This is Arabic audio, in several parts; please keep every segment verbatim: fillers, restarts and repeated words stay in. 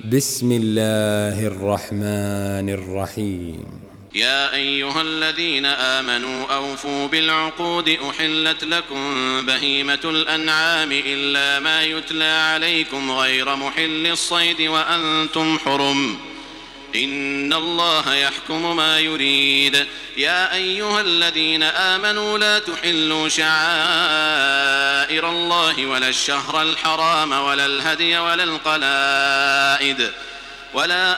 بسم الله الرحمن الرحيم. يا أيها الذين آمنوا أوفوا بالعقود أحلت لكم بهيمة الأنعام إلا ما يتلى عليكم غير محل الصيد وأنتم حرم إن الله يحكم ما يريد. يا أيها الذين آمنوا لا تحلوا شعائر الله ولا الشهر الحرام ولا الهدي ولا القلائد ولا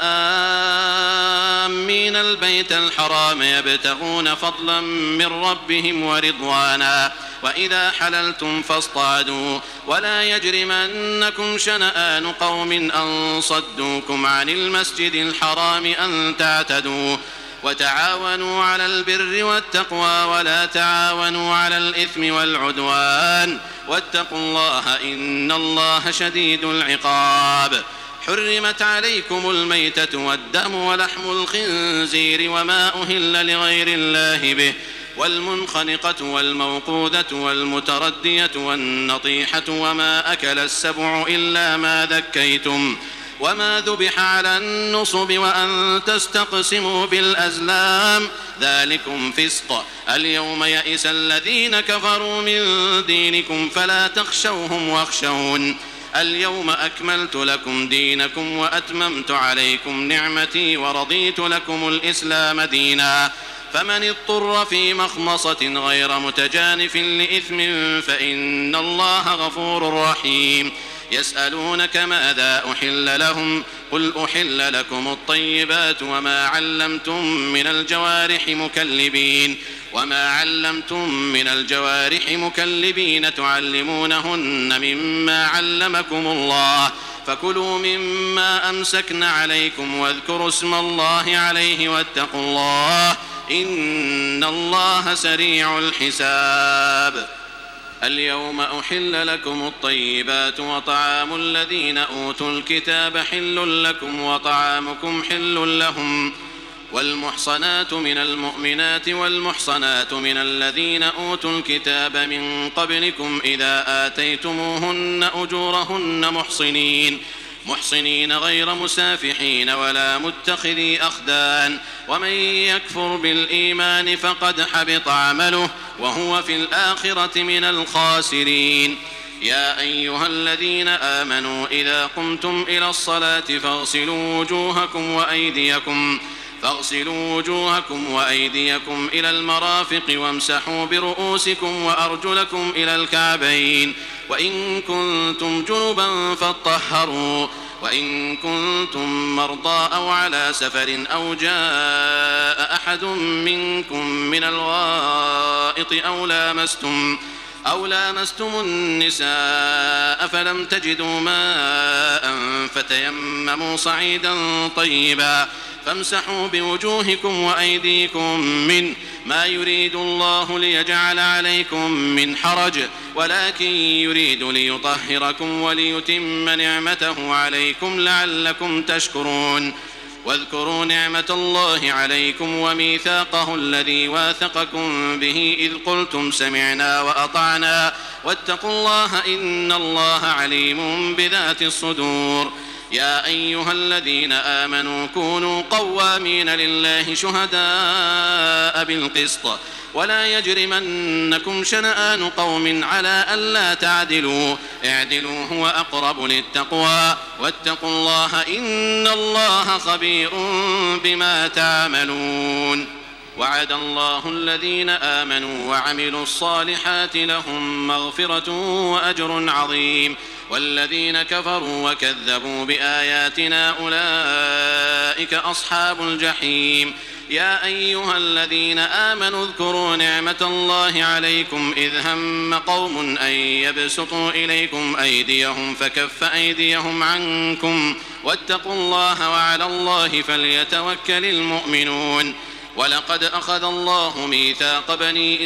آمين البيت الحرام يبتغون فضلا من ربهم ورضوانا وإذا حللتم فاصطادوا ولا يجرمنكم شنآن قوم أن صدوكم عن المسجد الحرام أن تعتدوا وتعاونوا على البر والتقوى ولا تعاونوا على الإثم والعدوان واتقوا الله إن الله شديد العقاب. حرمت عليكم الميتة والدم ولحم الخنزير وما أهل لغير الله به والمنخنقة والموقوذة والمتردية والنطيحة وما أكل السبع إلا ما ذكيتم وما ذبح على النصب وأن تستقسموا بالأزلام ذلكم فسق. اليوم يئس الذين كفروا من دينكم فلا تخشوهم واخشون اليوم أكملت لكم دينكم وأتممت عليكم نعمتي ورضيت لكم الإسلام دينا فمن اضطر في مخمصة غير متجانف لإثم فإن الله غفور رحيم. يسألونك ماذا أحل لهم قل أحل لكم الطيبات وما علمتم من الجوارح مكلبين وما علمتم من الجوارح مكلبين تعلمونهن مما علمكم الله فكلوا مما أمسكن عليكم واذكروا اسم الله عليه واتقوا الله إن الله سريع الحساب. اليوم أحل لكم الطيبات وطعام الذين أوتوا الكتاب حل لكم وطعامكم حل لهم والمحصنات من المؤمنات والمحصنات من الذين أوتوا الكتاب من قبلكم إذا آتيتموهن أجورهن محصنين محصنين غير مسافحين ولا متخذي أخدان ومن يكفر بالإيمان فقد حبط عمله وهو في الآخرة من الخاسرين. يا أيها الذين آمنوا إذا قمتم إلى الصلاة فاغسلوا وجوهكم وأيديكم فاغسلوا وجوهكم وأيديكم إلى المرافق وامسحوا برؤوسكم وأرجلكم إلى الكعبين وإن كنتم جنبا فاطهروا وإن كنتم مرضى أو على سفر أو جاء أحد منكم من الغائط أو لامستم أو لامستم النساء فلم تجدوا ماء فتيمموا صعيدا طيبا فامسحوا بوجوهكم وأيديكم منه ما يريد الله ليجعل عليكم من حرج ولكن يريد ليطهركم وليتم نعمته عليكم لعلكم تشكرون. واذكروا نعمة الله عليكم وميثاقه الذي واثقكم به إذ قلتم سمعنا وأطعنا واتقوا الله إن الله عليم بذات الصدور. يا أيها الذين آمنوا كونوا قوامين لله شهداء بالقسط ولا يجرمنكم شنآن قوم على ألا تعدلوا اعدلوا هو أقرب للتقوى واتقوا الله إن الله خبير بما تعملون. وعد الله الذين آمنوا وعملوا الصالحات لهم مغفرة وأجر عظيم والذين كفروا وكذبوا بآياتنا أولئك أصحاب الجحيم. يا أيها الذين آمنوا اذكروا نعمة الله عليكم إذ هم قوم أن يبسطوا إليكم أيديهم فكف أيديهم عنكم واتقوا الله وعلى الله فليتوكل المؤمنون. ولقد أخذ الله ميثاق بني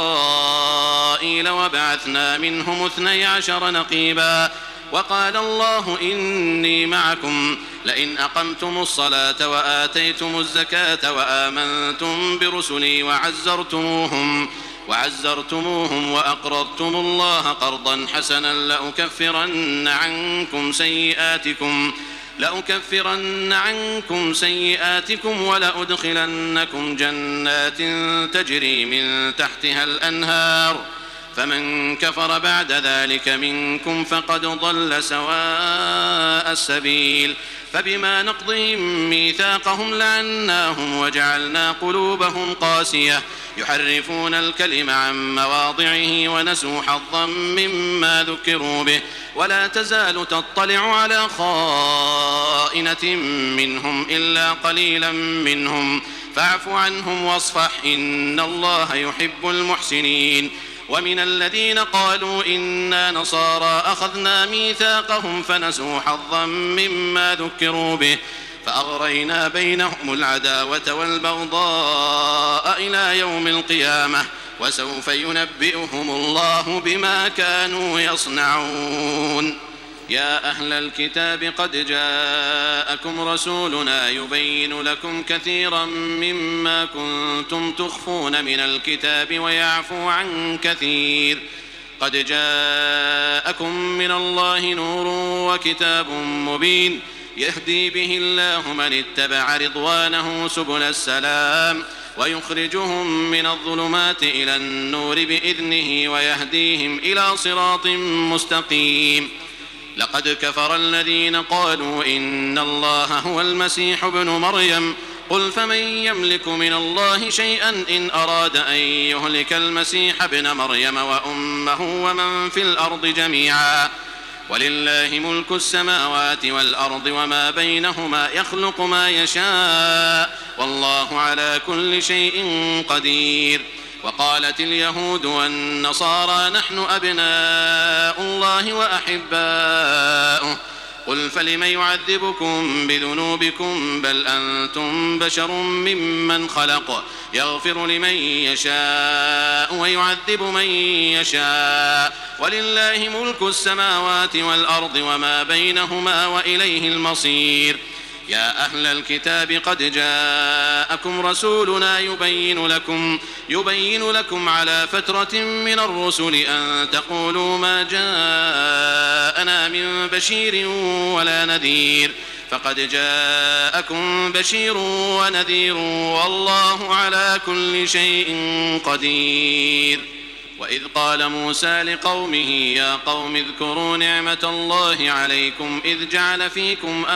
إسرائيل وبعثنا منهم اثني عشر نقيبا وقال الله إني معكم لئن أقمتم الصلاة وآتيتم الزكاة وآمنتم برسلي وعزرتموهم وعزرتموهم وأقرضتم الله قرضا حسنا لأكفرن عنكم سيئاتكم لأكفرن عنكم سيئاتكم ولأدخلنكم جنات تجري من تحتها الأنهار فمن كفر بعد ذلك منكم فقد ضل سواء السبيل فبما نقضهم ميثاقهم لعناهم وجعلنا قلوبهم قاسية يحرفون الكلم عن مواضعه ونسوا حظا مما ذكروا به ولا تزال تطلع على خائنة منهم إلا قليلا منهم فاعف عنهم واصفح إن الله يحب المحسنين ومن الذين قالوا إنا نصارى أخذنا ميثاقهم فنسوا حظا مما ذكروا به فأغرينا بينهم العداوة والبغضاء إلى يوم القيامة وسوف ينبئهم الله بما كانوا يصنعون يا أهل الكتاب قد جاءكم رسولنا يبين لكم كثيرا مما كنتم تخفون من الكتاب ويعفو عن كثير قد جاءكم من الله نور وكتاب مبين يهدي به الله من اتبع رضوانه سبل السلام ويخرجهم من الظلمات إلى النور بإذنه ويهديهم إلى صراط مستقيم لقد كفر الذين قالوا إن الله هو المسيح ابن مريم قل فمن يملك من الله شيئا إن أراد أن يهلك المسيح ابن مريم وأمه ومن في الأرض جميعا ولله ملك السماوات والأرض وما بينهما يخلق ما يشاء والله على كل شيء قدير وقالت اليهود والنصارى نحن أبناء الله وأحباؤه قل فلم يعذبكم بذنوبكم بل أنتم بشر ممن خلق يغفر لمن يشاء ويعذب من يشاء ولله ملك السماوات والأرض وما بينهما وإليه المصير يا أهل الكتاب قد جاءكم رسولنا يبين لكم, يبين لكم على فترة من الرسل أن تقولوا ما جاءنا من بشير ولا نذير فقد جاءكم بشير ونذير والله على كل شيء قدير وإذ قال موسى لقومه يا قوم اذكروا نعمة الله عليكم إذ جعل فيكم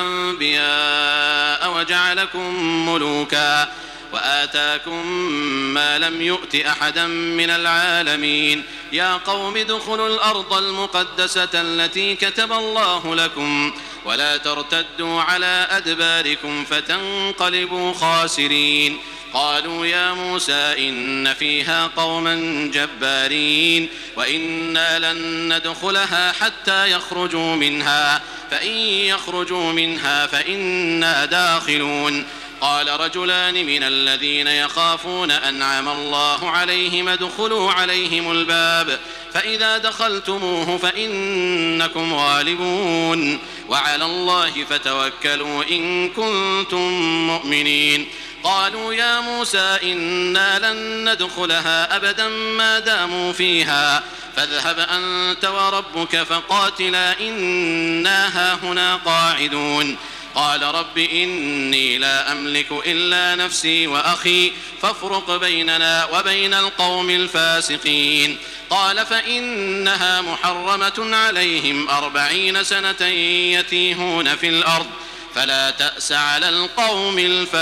أنبياء وجعلكم ملوكا وآتاكم ما لم يؤت أحدا من العالمين يا قوم ادخلوا الأرض المقدسة التي كتب الله لكم ولا ترتدوا على أدباركم فتنقلبوا خاسرين قالوا يا موسى إن فيها قوما جبارين وإنا لن ندخلها حتى يخرجوا منها فإن يخرجوا منها فإنا داخلون قال رجلان من الذين يخافون أنعم الله عليهم ادخلوا عليهم الباب فإذا دخلتموه فإنكم غالبون وعلى الله فتوكلوا إن كنتم مؤمنين قالوا يا موسى إنا لن ندخلها أبدا ما داموا فيها فاذهب أنت وربك فقاتلا إنا هاهنا قاعدون قال رب إني لا أملك إلا نفسي وأخي فافرق بيننا وبين القوم الفاسقين قال فإنها محرمة عليهم أربعين سنة يتيهون في الأرض فلا تأس على القوم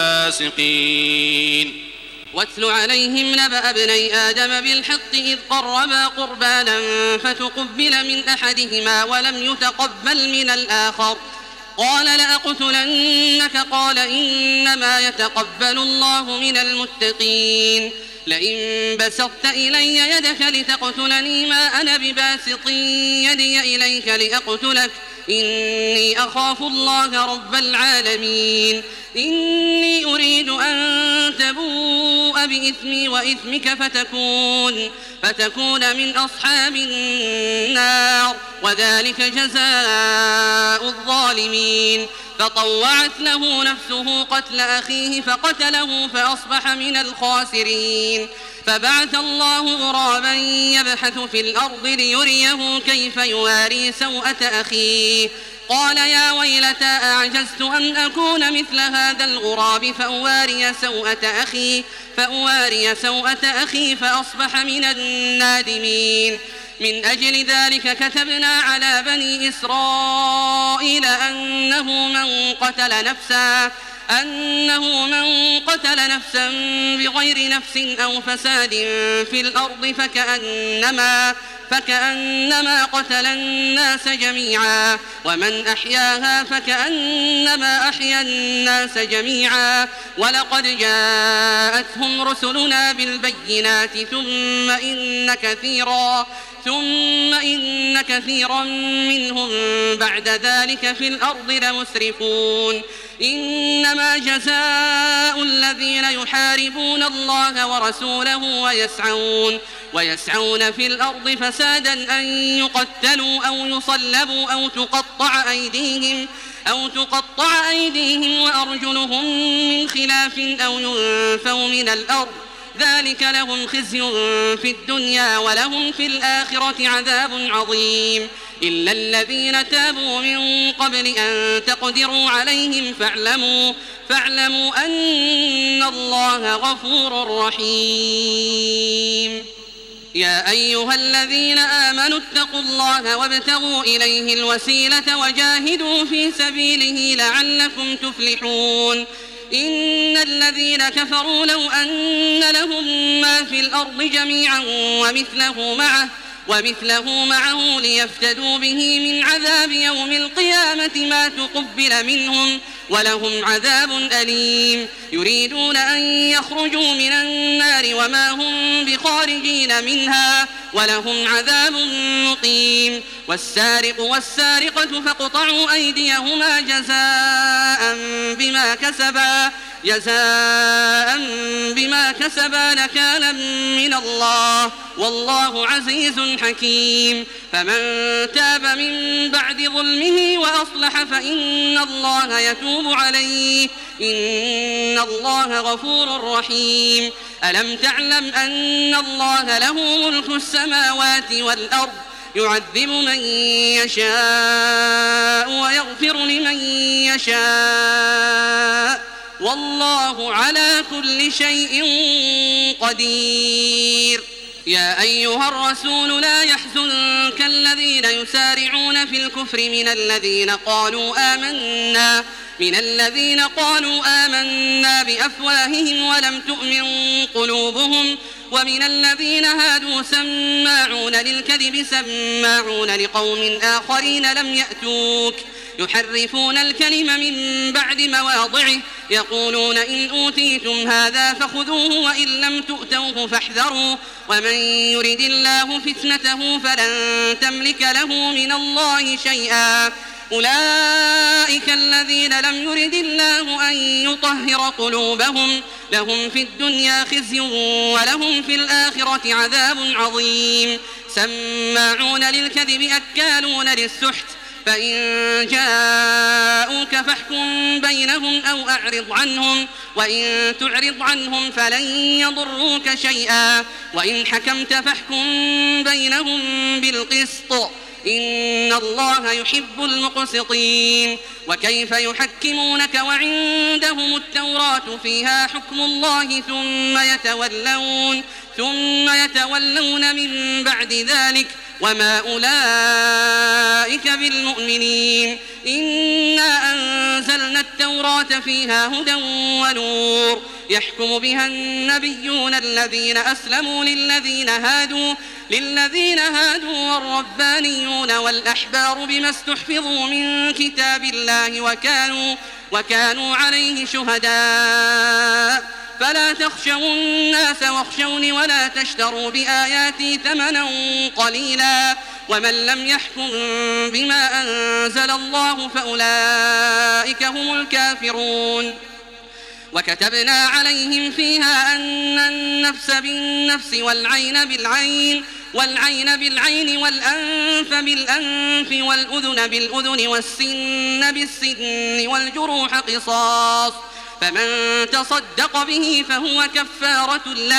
الفاسقين واتل عليهم نبأ ابني آدم بالحق إذ قربا قربانا فتقبل من أحدهما ولم يتقبل من الآخر قال لأقتلنك قال إنما يتقبل الله من المتقين لئن بسطت إلي يدك لتقتلني ما أنا بباسط يدي إليك لأقتلك إني أخاف الله رب العالمين إني أريد أن تبوء بإثمي وإثمك فتكون, فتكون من أصحاب النار وذلك جزاء الظالمين فطوعت له نفسه قتل أخيه فقتله فأصبح من الخاسرين فبعث الله غرابا يبحث في الأرض ليريه كيف يواري سوءة أخيه قال يا ويلتى أعجزت أن أكون مثل هذا الغراب فأواري سوءة أخي فأواري سوءة أخي فأصبح من النادمين. من أجل ذلك كتبنا على بني إسرائيل أنه من قتل نفسا أنه من قتل نفسا بغير نفس أو فساد في الأرض فكأنما فكأنما قتل الناس جميعا ومن أحياها فكأنما أحيا الناس جميعا. ولقد جاءتهم رسلنا بالبينات ثم إن كثيرا ثم إن كثيرا منهم بعد ذلك في الأرض لمسرفون. إنما جزاء الذين يحاربون الله ورسوله ويسعون ويسعون في الأرض فسادا أن يقتلوا أو يصلبوا أو تقطع أيديهم أو تقطع أيديهم وأرجلهم من خلاف أو ينفوا من الأرض ذلك لهم خزي في الدنيا ولهم في الآخرة عذاب عظيم. إلا الذين تابوا من قبل أن تقدروا عليهم فاعلموا فاعلموا أن الله غفور رحيم. يا أيها الذين آمنوا اتقوا الله وابتغوا إليه الوسيلة وجاهدوا في سبيله لعلكم تفلحون. إن الذين كفروا لو أن لهم ما في الأرض جميعا ومثله معه ومثله معه ليفتدوا به من عذاب يوم القيامة ما تقبل منهم ولهم عذاب أليم. يريدون أن يخرجوا من النار وما هم بخارجين منها ولهم عذاب مقيم. والسارق والسارقة فاقطعوا أيديهما جزاء بما كسبا جزاء بما كسبا نكالا من الله والله عزيز حكيم. فمن تاب من بعد ظلمه وأصلح فإن الله يتوب عليه إن الله غفور رحيم. ألم تعلم أن الله له ملك السماوات والأرض يعذب من يشاء ويغفر لمن يشاء والله على كل شيء قدير. يا أيها الرسول لا يحزنك الذين يسارعون في الكفر من الذين قالوا آمنا من الذين قالوا آمنا بأفواههم ولم تؤمن قلوبهم ومن الذين هادوا سماعون للكذب سماعون لقوم آخرين لم يأتوك يحرفون الكلم من بعد مواضعه يقولون إن أوتيتم هذا فخذوه وإن لم تؤتوه فاحذروا ومن يرد الله فتنته فلن تملك له من الله شيئا. أولئك الذين لم يرد الله أن يطهر قلوبهم لهم في الدنيا خزي ولهم في الآخرة عذاب عظيم. سماعون للكذب أكالون للسحت فإن جاءوك فاحكم بينهم أو أعرض عنهم وإن تعرض عنهم فلن يضروك شيئا وإن حكمت فاحكم بينهم بالقسط إن الله يحب المقسطين. وكيف يحكمونك وعندهم التوراة فيها حكم الله ثم يتولون ثم يتولون من بعد ذلك وما أولئك بالمؤمنين. إنا أنزلنا التوراة فيها هدى ونور يحكم بها النبيون الذين أسلموا للذين هادوا للذين هادوا والربانيون والأحبار بما استحفظوا من كتاب الله وكانوا وكانوا عليه شهداء فلا تخشوا الناس واخشوني ولا تشتروا بآياتي ثمنا قليلا ومن لم يحكم بما أنزل الله فأولئك هم الكافرون. وكتبنا عليهم فيها أن النفس بالنفس والعين بالعين والعين بالعين والأنف بالأنف والأذن بالأذن والسن بالسن والجروح قصاص فمن تصدق به فهو كفارة له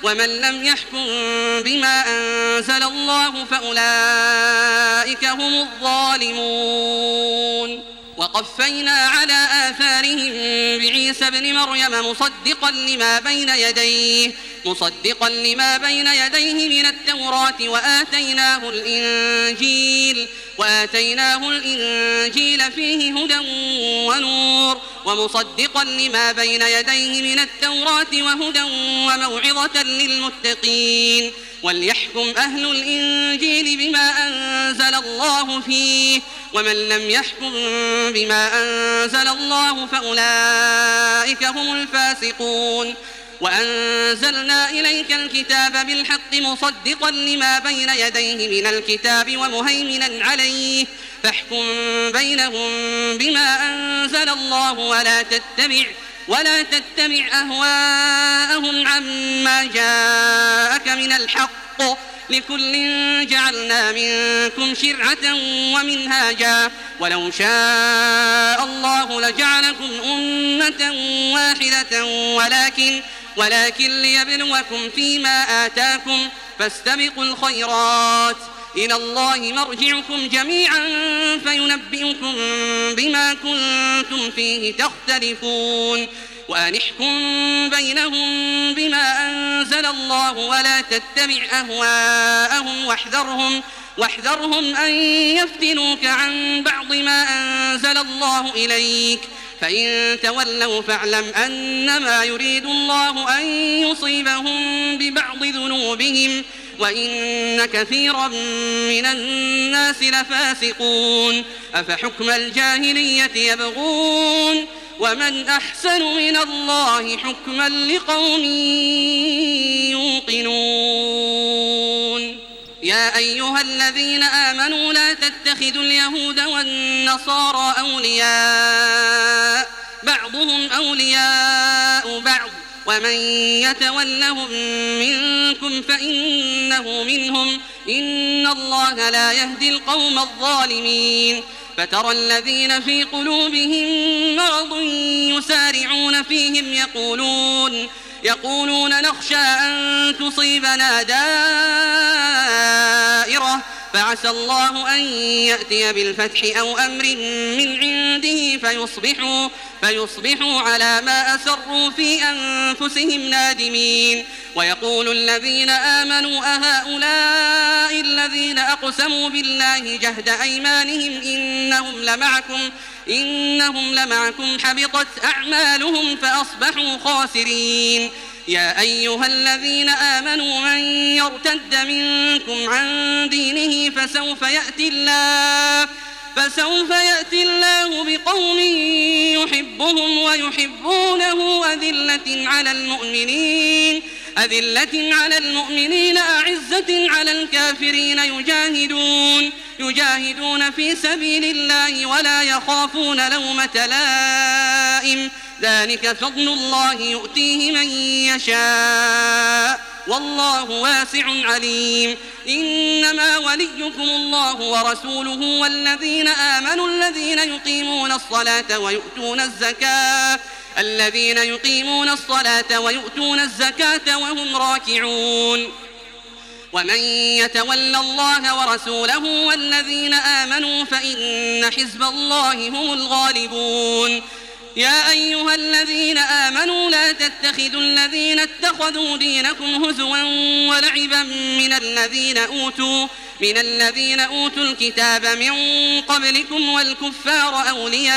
ومن لم يحكم بما أنزل الله فأولئك هم الظالمون. وقفينا على آثارهم بعيسى ابن مريم مصدقا لما بين يديه مصدقا لما بين يديه من التوراة وآتيناه الإنجيل وآتيناه الإنجيل فيه هدى ونور ومصدقا لما بين يديه من التوراة وهدى وموعظة للمتقين. وليحكم أهل الإنجيل بما أنزل الله فيه ومن لم يحكم بما أنزل الله فأولئك هم الفاسقون. وأنزلنا إليك الكتاب بالحق مصدقا لما بين يديه من الكتاب ومهيمنا عليه فاحكم بينهم بما أنزل الله ولا تتبع ولا تتبع أهواءهم عما جاءك من الحق لكل جعلنا منكم شرعة ومنهاجا ولو شاء الله لجعلكم أمة واحدة ولكن ولكن ليبلوكم فيما آتاكم فاستبقوا الخيرات إلى الله مرجعكم جميعا فينبئكم بما كنتم فيه تختلفون. وأن احكم بينهم بما أنزل الله ولا تتبع أهواءهم واحذرهم واحذرهم أن يفتنوك عن بعض ما أنزل الله إليك فإن تولوا فاعلم أنما يريد الله أن يصيبهم ببعض ذنوبهم وإن كثيرا من الناس لفاسقون. أفحكم الجاهلية يبغون ومن أحسن من الله حكما لقوم يوقنون. يا أيها الذين آمنوا لا تتخذوا اليهود والنصارى أولياء بعضهم أولياء بعض ومن يتولهم منكم فإنه منهم إن الله لا يهدي القوم الظالمين. فترى الذين في قلوبهم مرض يسارعون فيهم يقولون يقولون نخشى أن تصيبنا دائرة فعسى الله أن يأتي بالفتح أو أمر من عنده فيصبحوا, فيصبحوا على ما أسروا في أنفسهم نادمين. ويقول الذين آمنوا أهؤلاء الذين أقسموا بالله جهد أيمانهم إنهم لمعكم إنهم لمعكم حبطت أعمالهم فأصبحوا خاسرين. يا أيها الذين آمنوا من يرتد منكم عن دينه فسوف يأتي الله فسوف يأتي الله بقوم يحبهم ويحبونه أذلة على المؤمنين أذلة على المؤمنين أعزة على الكافرين يجاهدون يجاهدون في سبيل الله ولا يخافون لومة لائم ذلك فضل الله يؤتيه من يشاء والله واسع عليم. إنما وليكم الله ورسوله والذين آمنوا الذين يقيمون الصلاة ويؤتون الزكاة الذين يقيمون الصلاة ويؤتون الزكاة وهم راكعون. ومن يتول الله ورسوله والذين آمنوا فإن حزب الله هم الغالبون. يا أيها الذين آمنوا لا تتخذوا الذين اتخذوا دينكم هزوا ولعبا من الذين أوتوا من الذين أوتوا الكتاب من قبلكم والكفار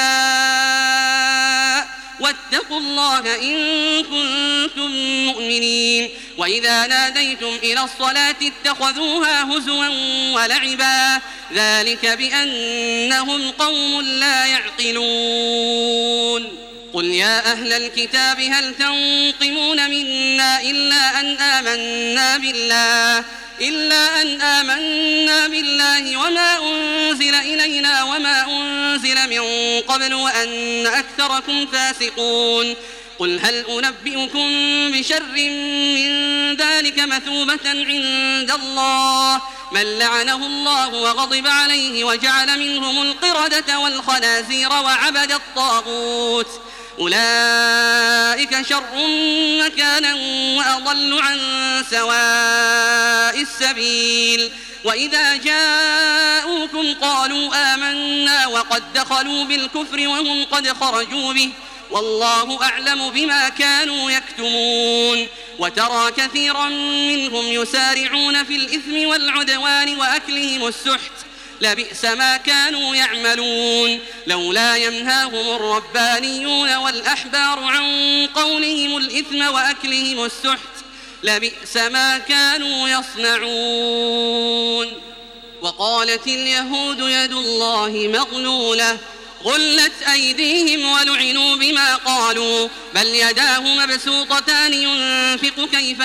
أولياء واتقوا الله إن كنتم مؤمنين. وإذا ناديتم إلى الصلاة اتخذوها هزوا ولعبا ذلك بأنهم قوم لا يعقلون. قل يا أهل الكتاب هل تنقمون منا إلا أن آمنا بالله إلا أن آمنا بالله وما أنزل إلينا وما أنزل من قبل وأن أكثركم فاسقون. قل هل أنبئكم بشر من ذلك مثوبة عند الله من لعنه الله وغضب عليه وجعل منهم القردة والخنازير وعبد الطاغوت أولئك شر مكانا وأضل عن سواء السبيل وإذا جاءوكم قالوا آمنا وقد دخلوا بالكفر وهم قد خرجوا به والله أعلم بما كانوا يكتمون وترى كثيرا منهم يسارعون في الإثم والعدوان وأكلهم السحت لبئس ما كانوا يعملون لولا ينهاهم الربانيون والأحبار عن قولهم الإثم وأكلهم السحت لبئس ما كانوا يصنعون وقالت اليهود يد الله مغلولة غلت أيديهم ولعنوا بما قالوا بل يداه مبسوطتان ينفق كيف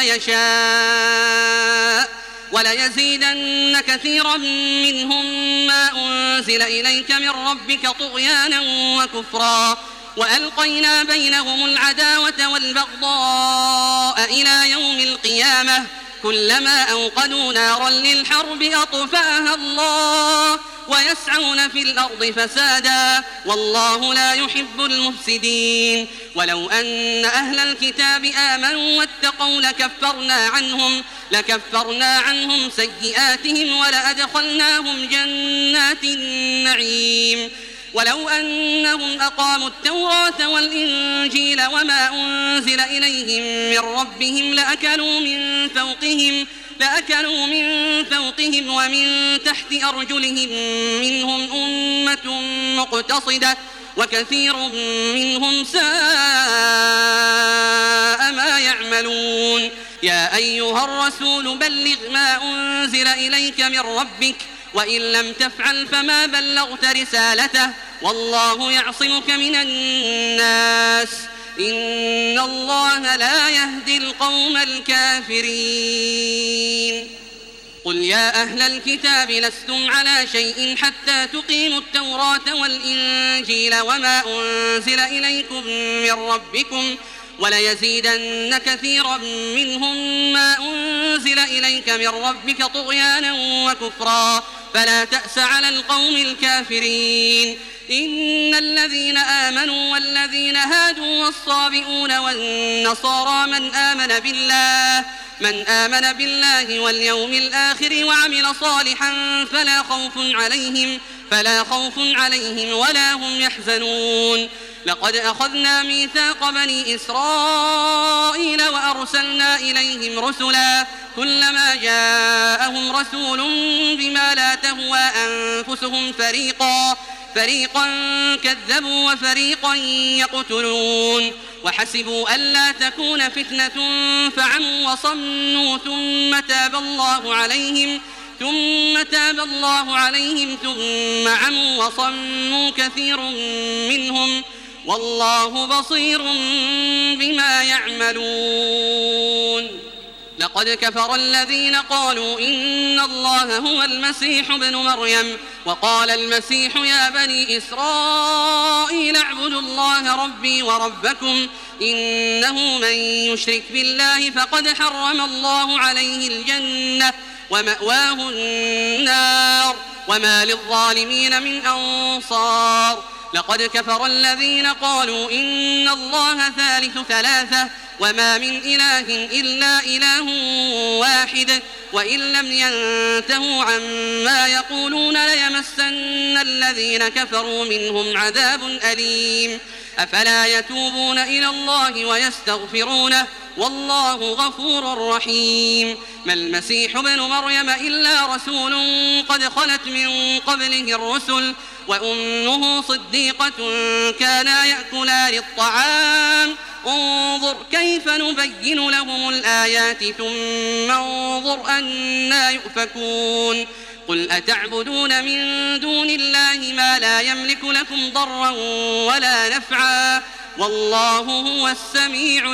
يشاء وليزيدن كثيرا منهم ما أنزل إليك من ربك طغيانا وكفرا وألقينا بينهم العداوة والبغضاء إلى يوم القيامة كلما أوقدوا نارا للحرب أطفأها الله ويسعون في الأرض فسادا والله لا يحب المفسدين ولو أن أهل الكتاب آمنوا واتقوا لكفرنا عنهم لكفرنا عنهم سيئاتهم ولأدخلناهم جنات النعيم ولو أنهم أقاموا التوراة والإنجيل وما أنزل إليهم من ربهم لأكلوا من فوقهم لأكلوا من فوقهم ومن تحت أرجلهم منهم أمة مقتصدة وكثير منهم ساء ما يعملون يا أيها الرسول بلغ ما أنزل إليك من ربك وإن لم تفعل فما بلغت رسالته والله يعصمك من الناس إن الله لا يهدي القوم الكافرين قل يا أهل الكتاب لستم على شيء حتى تقيموا التوراة والإنجيل وما أنزل إليكم من ربكم وليزيدن كثيرا منهم ما أنزل إليك من ربك طغيانا وكفرا فلا تأس على القوم الكافرين إن الذين آمنوا والذين هادوا والصابئون والنصارى من آمن بالله من آمن بالله واليوم الآخر وعمل صالحا فلا خوف عليهم فلا خوف عليهم ولا هم يحزنون لقد أخذنا ميثاق بني إسرائيل وأرسلنا إليهم رسلا كلما جاءهم رسول بما لا تهوى أنفسهم فريقا فريقا كذبوا وفريقا يقتلون وحسبوا ألا تكون فتنة فعموا وصموا ثم تاب الله عليهم ثم تاب الله عليهم ثم عموا وصموا كثير منهم والله بصير بما يعملون لقد كفر الذين قالوا إن الله هو المسيح ابن مريم وقال المسيح يا بني إسرائيل اعبدوا الله ربي وربكم إنه من يشرك بالله فقد حرم الله عليه الجنة ومأواه النار وما للظالمين من أنصار لقد كفر الذين قالوا إن الله ثالث ثلاثة وما من إله إلا إله واحد وإن لم ينتهوا عما يقولون ليمسن الذين كفروا منهم عذاب أليم أفلا يتوبون إلى الله ويستغفرونه والله غفور رحيم ما المسيح ابن مريم إلا رسول قد خلت من قبله الرسل وأمه صديقة كانا يأكلان الطعام انظر كيف نبين لهم الآيات ثم انظر أنا يؤفكون قل أتعبدون من دون الله ما لا يملك لكم ضرا ولا نفعا والله هو السميع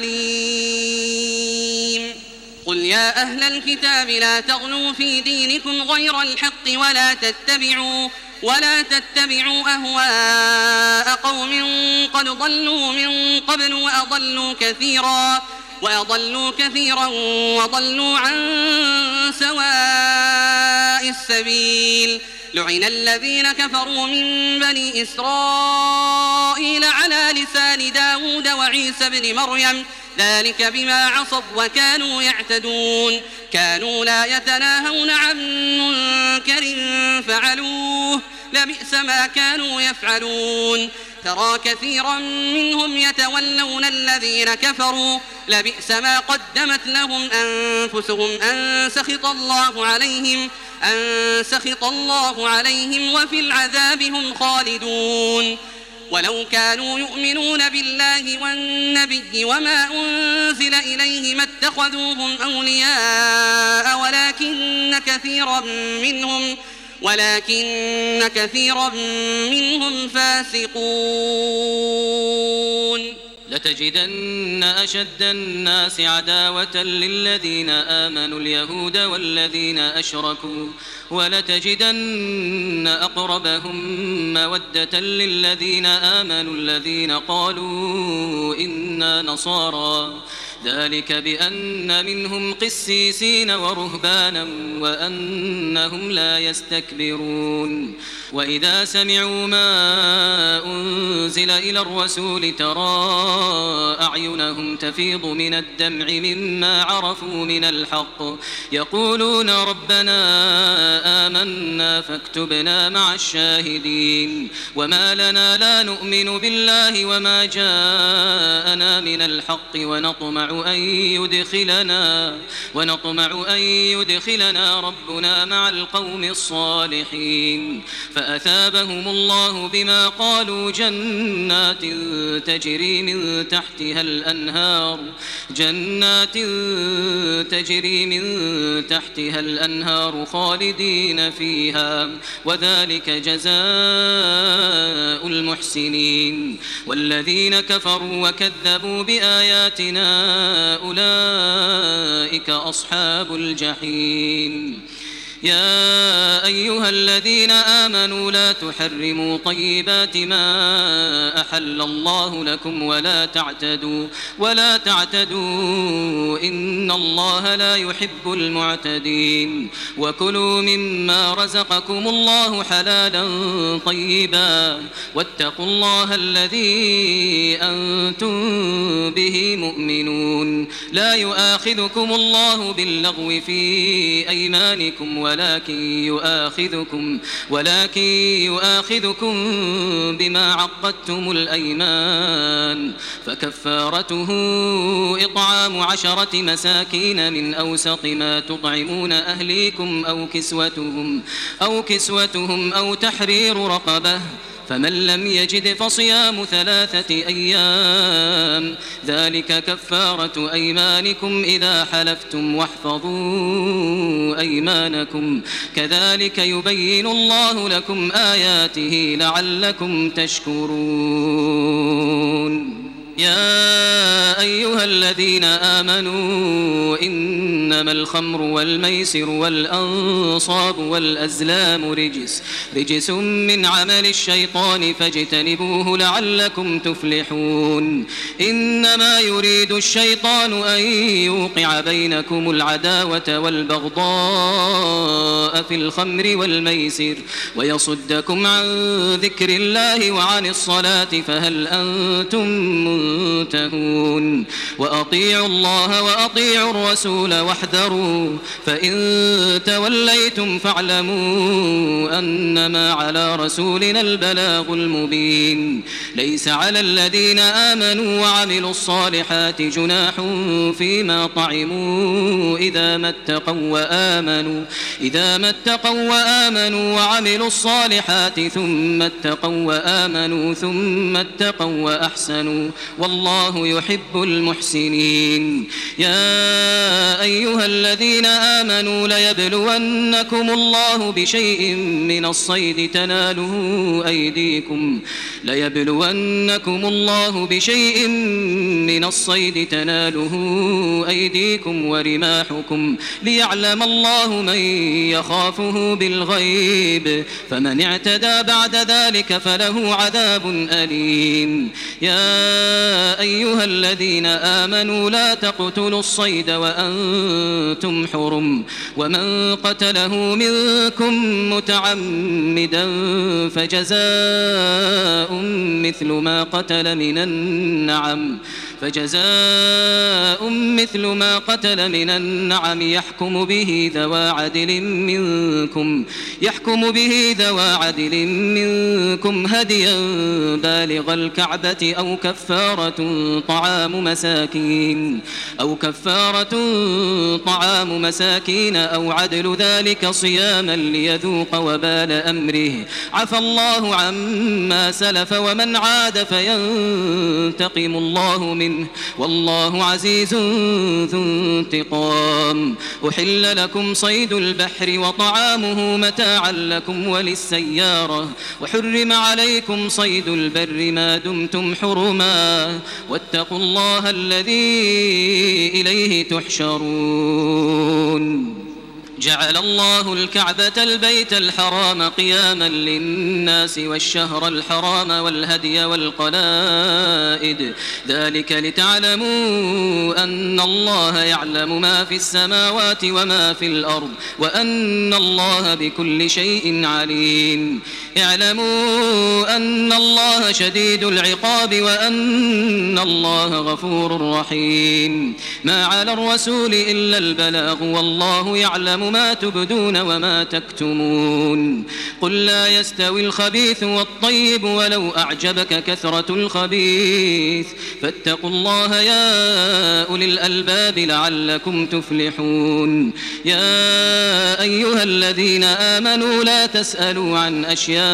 العليم قل يا أهل الكتاب لا تغلوا في دينكم غير الحق ولا تتبعوا ولا تتبعوا أهواء قوم قد ضلوا من قبل وأضلوا كثيرا وأضلوا كثيرا وضلوا عن سواء السبيل لعن الذين كفروا من بني إسرائيل على لسان داود وعيسى بن مريم ذلك بما عصوا وكانوا يعتدون كانوا لا يتناهون عن منكر فعلوه لبئس ما كانوا يفعلون ترى كثيرا منهم يتولون الذين كفروا لبئس ما قدمت لهم أنفسهم أن سخط الله عليهم أن سخط الله عليهم وفي العذاب هم خالدون ولو كانوا يؤمنون بالله والنبي وما أنزل إليه ما اتخذوهم أولياء ولكن كثيرا منهم ولكن كثيرا منهم فاسقون لتجدن أشد الناس عداوة للذين آمنوا اليهود والذين أشركوا ولتجدن أقربهم مودة للذين آمنوا الذين قالوا إنا نصارى ذلك بأن منهم قسيسين ورهبانا وأنهم لا يستكبرون وإذا سمعوا ما أنزل إلى الرسول ترى أعينهم تفيض من الدمع مما عرفوا من الحق يقولون ربنا آمنا فاكتبنا مع الشاهدين وما لنا لا نؤمن بالله وما جاءنا من الحق ونطمع أن يدخلنا ونطمع أن يدخلنا ربنا مع القوم الصالحين فأثابهم الله بما قالوا جنات تجري من تحتها الأنهار جنات تجري من تحتها الأنهار خالدين فيها وذلك جزاء المحسنين والذين كفروا وكذبوا بآياتنا أولئك أصحاب الجحيم يا أيها الذين آمنوا لا تحرموا طيبات ما أحل الله لكم ولا تعتدوا ولا تعتدوا إن الله لا يحب المعتدين وكلوا مما رزقكم الله حلالا طيبا واتقوا الله الذي أنتم به مؤمنون لا يؤاخذكم الله باللغو في أيمانكم ولكن يؤاخذكم ولكن يؤاخذكم بما عقدتم الأيمان فكفارته إطعام عشرة مساكين من أوسط ما تطعمون أهليكم أو كسوتهم أو كسوتهم أو تحرير رقبة فمن لم يجد فصيام ثلاثة أيام ذلك كفارة أيمانكم إذا حلفتم واحفظوا أيمانكم كذلك يبين الله لكم آياته لعلكم تشكرون يا أيها الذين آمنوا إنما الخمر والميسر والأنصاب والأزلام رجس رجس من عمل الشيطان فاجتنبوه لعلكم تفلحون إنما يريد الشيطان أن يوقع بينكم العداوة والبغضاء في الخمر والميسر ويصدكم عن ذكر الله وعن الصلاة فهل أنتم منتهون وأطيعوا الله وأطيعوا الرسول واحذروا فإن توليتم فاعلموا أنما على رسولنا البلاغ المبين ليس على الذين آمنوا وعملوا الصالحات جناح فيما طعموا إذا ما اتقوا وآمنوا إذا ما اتقوا وآمنوا وعملوا الصالحات ثم اتقوا وآمنوا ثم اتقوا وأحسنوا والله يحب المحسنين يا أيها الذين آمنوا ليبلونكم الله بشيء من الصيد تناله أيديكم ليبلونكم الله بشيء من الصيد تناله أيديكم ورماحكم ليعلم الله من يخافه بالغيب فمن اعتدى بعد ذلك فله عذاب أليم يا أيها الذين الذين آمنوا لا تقتلوا الصيد وأنتم حرم ومن قتله منكم متعمدا فجزاء مثل ما قتل من النعم فجزاء مثل ما قتل من النعم يحكم به ذوى عدل منكم يحكم به ذوى عدل منكم هديا بالغ الكعبة أو كفارة طعام مساكين أو كفارة طعام مساكين أو عدل ذلك صياما ليذوق وبال أمره عفى الله عما سلف ومن عاد فينتقم الله منه والله عزيز ذو انتقام أحل لكم صيد البحر وطعامه متاعا لكم وللسيارة وحرم عليكم صيد البر ما دمتم حرما واتقوا الله الذي إليه تحشرون جعل الله الكعبة البيت الحرام قياما للناس والشهر الحرام والهدي والقلائد ذلك لتعلموا أن الله يعلم ما في السماوات وما في الأرض وأن الله بكل شيء عليم اعلموا أن الله شديد العقاب وأن الله غفور رحيم ما على الرسول إلا البلاغ والله يعلم ما تبدون وما تكتمون قل لا يستوي الخبيث والطيب ولو أعجبك كثرة الخبيث فاتقوا الله يا أولي الألباب لعلكم تفلحون يا أيها الذين آمنوا لا تسألوا عن أشياء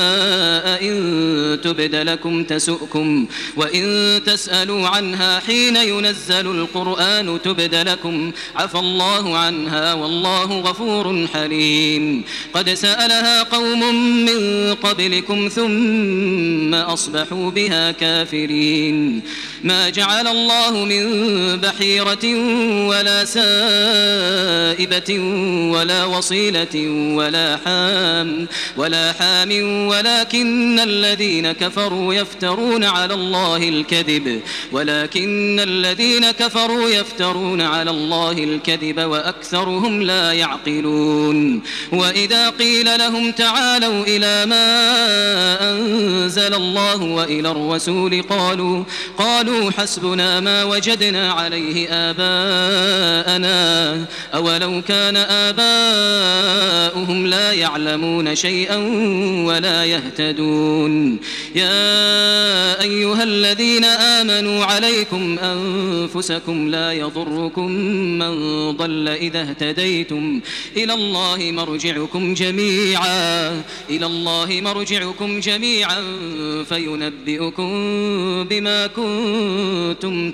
إن تبد لكم تسؤكم وإن تسألوا عنها حين ينزل القرآن تبد لكم عفى الله عنها والله غفور حليم قد سألها قوم من قبلكم ثم أصبحوا بها كافرين ما جعل الله من بحيرة ولا سائبة ولا وصيلة ولا حام ولا حام ولكن الذين كفروا يفترون على الله الكذب ولكن الذين كفروا يفترون على الله الكذب وأكثرهم لا يعقلون وإذا قيل لهم تعالوا إلى ما أنزل الله وإلى الرسول قالوا قالوا حسبنا ما وجدنا عليه آباءنا أولو كان آباؤهم لا يعلمون شيئا ولا يهتدون يا أيها الذين آمنوا عليكم أنفسكم لا يضركم من ضل إذا اهتديتم إلى الله مرجعكم جميعا إلى الله مرجعكم جميعا فينبئكم بما كنتم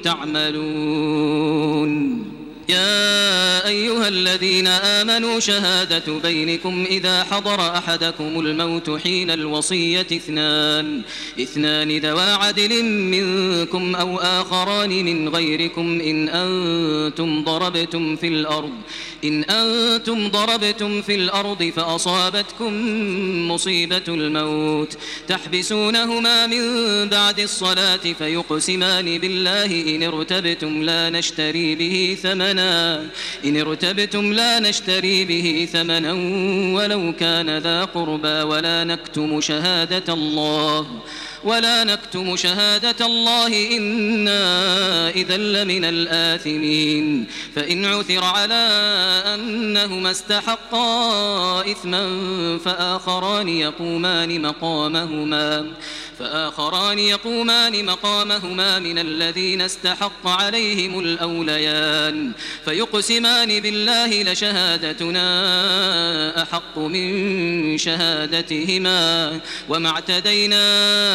تعملون يا أيها الذين آمنوا شهادة بينكم إذا حضر أحدكم الموت حين الوصية اثنان اثنان ذوى عدل منكم أو آخران من غيركم إن أنتم ضربتم في الأرض إن أنتم ضربتم في الأرض فأصابتكم مصيبة الموت تحبسونهما من بعد الصلاة فيقسمان بالله إن ارتبتم لا نشتري به ثمنا إن ارتبتم لا نشتري به ثمنا ولو كان ذا قربى ولا نكتم شهادة الله ولا نكتم شهادة الله إنا إذا لمن الآثمين فإن عثر على أنهما استحقا إثما فآخران يقومان مقامهما فآخران يقومان مقامهما من الذين استحق عليهم الأوليان فيقسمان بالله لشهادتنا أحق من شهادتهما وما اعتدينا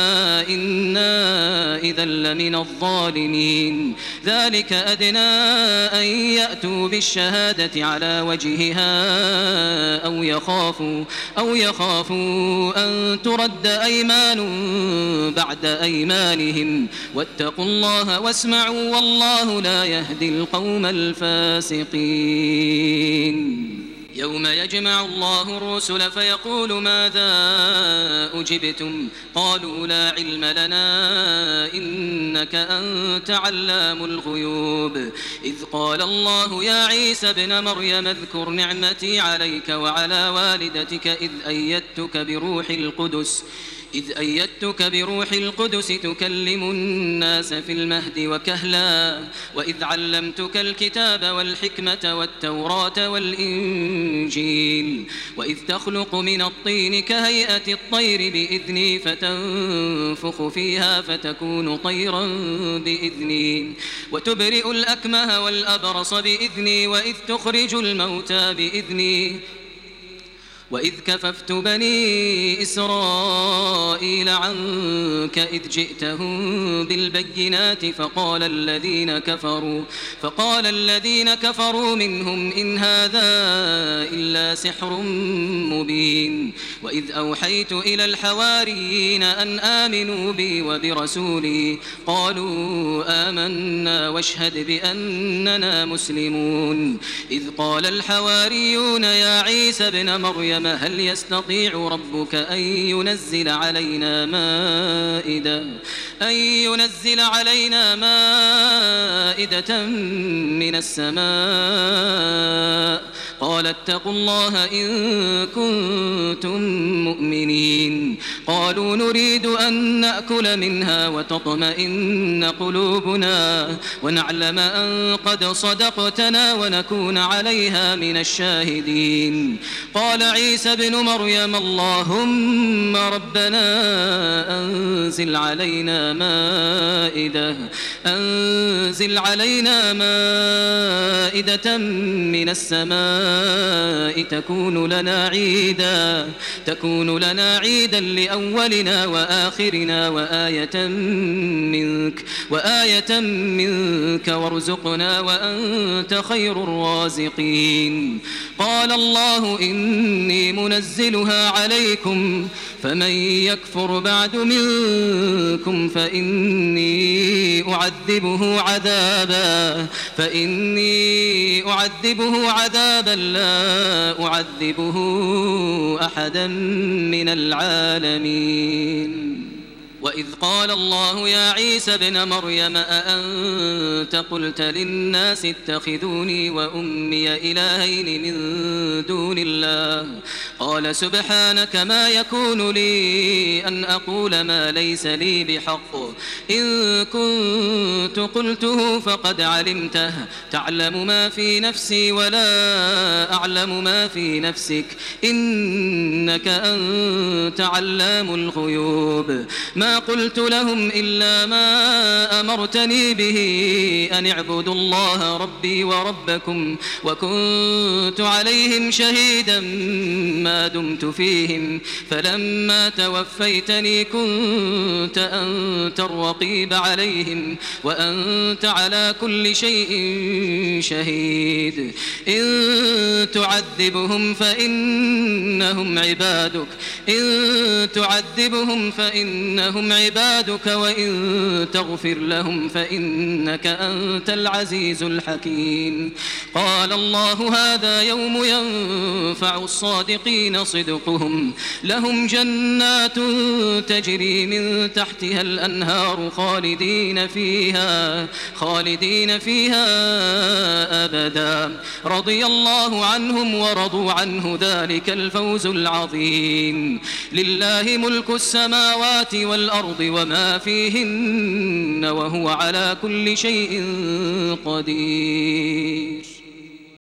إنا إذا لمن الظالمين ذلك أدنى أن يأتوا بالشهادة على وجهها أو يخافوا أو يخافوا أن ترد أيمان بعد أيمانهم واتقوا الله واسمعوا والله لا يهدي القوم الفاسقين يوم يجمع الله الرسل فيقول ماذا أجبتم قالوا لا علم لنا إنك أنت علام الغيوب إذ قال الله يا عيسى ابن مريم اذكر نعمتي عليك وعلى والدتك إذ أيدتك بروح القدس إذ أيدتك بروح القدس تكلم الناس في المهد وكهلا وإذ علمتك الكتاب والحكمة والتوراة والإنجيل وإذ تخلق من الطين كهيئة الطير بإذني فتنفخ فيها فتكون طيرا بإذني وتبرئ الأكمه والأبرص بإذني وإذ تخرج الموتى بإذني وإذ كففت بني إسرائيل عنك إذ جئتهم بالبينات فقال الذين كفروا فقال الذين كفروا منهم إن هذا إلا سحر مبين وإذ أوحيت إلى الحواريين أن آمنوا بي وبرسولي قالوا آمنا واشهد بأننا مسلمون إذ قال الحواريون يا عيسى ابن مريم هل يستطيع ربك أن ينزل علينا مائدة أن ينزل علينا مائدة من السماء قال اتقوا الله إن كنتم مؤمنين قالوا نريد أن نأكل منها وتطمئن قلوبنا ونعلم أن قد صدقتنا ونكون عليها من الشاهدين قال عيسى ابن مريم اللهم ربنا أنزل علينا مائدة أنزل علينا مائدة من السماء تكون لنا عيدا تكون لنا عيدا لأولنا وآخرنا وآية منك وآية منك وارزقنا وأنت خير الرازقين قال الله إني منزلها عليكم فمن يكفر بعد منكم فإني أعذبه عذابا فإني أعذبه عذابا لا أعذبه أحدا من العالمين وإذ قال الله يا عيسى ابن مريم أأنت قلت للناس اتخذوني وأمي إلهين من دون الله قال سبحانك ما يكون لي أن أقول ما ليس لي بحق إن كنت قلته فقد علمته تعلم ما في نفسي ولا أعلم ما في نفسك إنك أنت علام الغيوب ما قلت لهم إلا ما أمرتني به أن اعبدوا الله ربي وربكم وكنت عليهم شهيدا ما دمت فيهم فلما توفيتني كنت أنت الرقيب عليهم وأنت على كل شيء شهيد إن تعذبهم فإنهم عبادك إن تعذبهم فإنهم عبادك وإن تغفر لهم فإنك أنت العزيز الحكيم قال الله هذا يوم ينفع الصادقين صدقهم لهم جنات تجري من تحتها الأنهار خالدين فيها خالدين فيها أبدا رضي الله عنهم ورضوا عنه ذلك الفوز العظيم لله ملك السماوات والأرض وما فيهن وهو على كل شيء قدير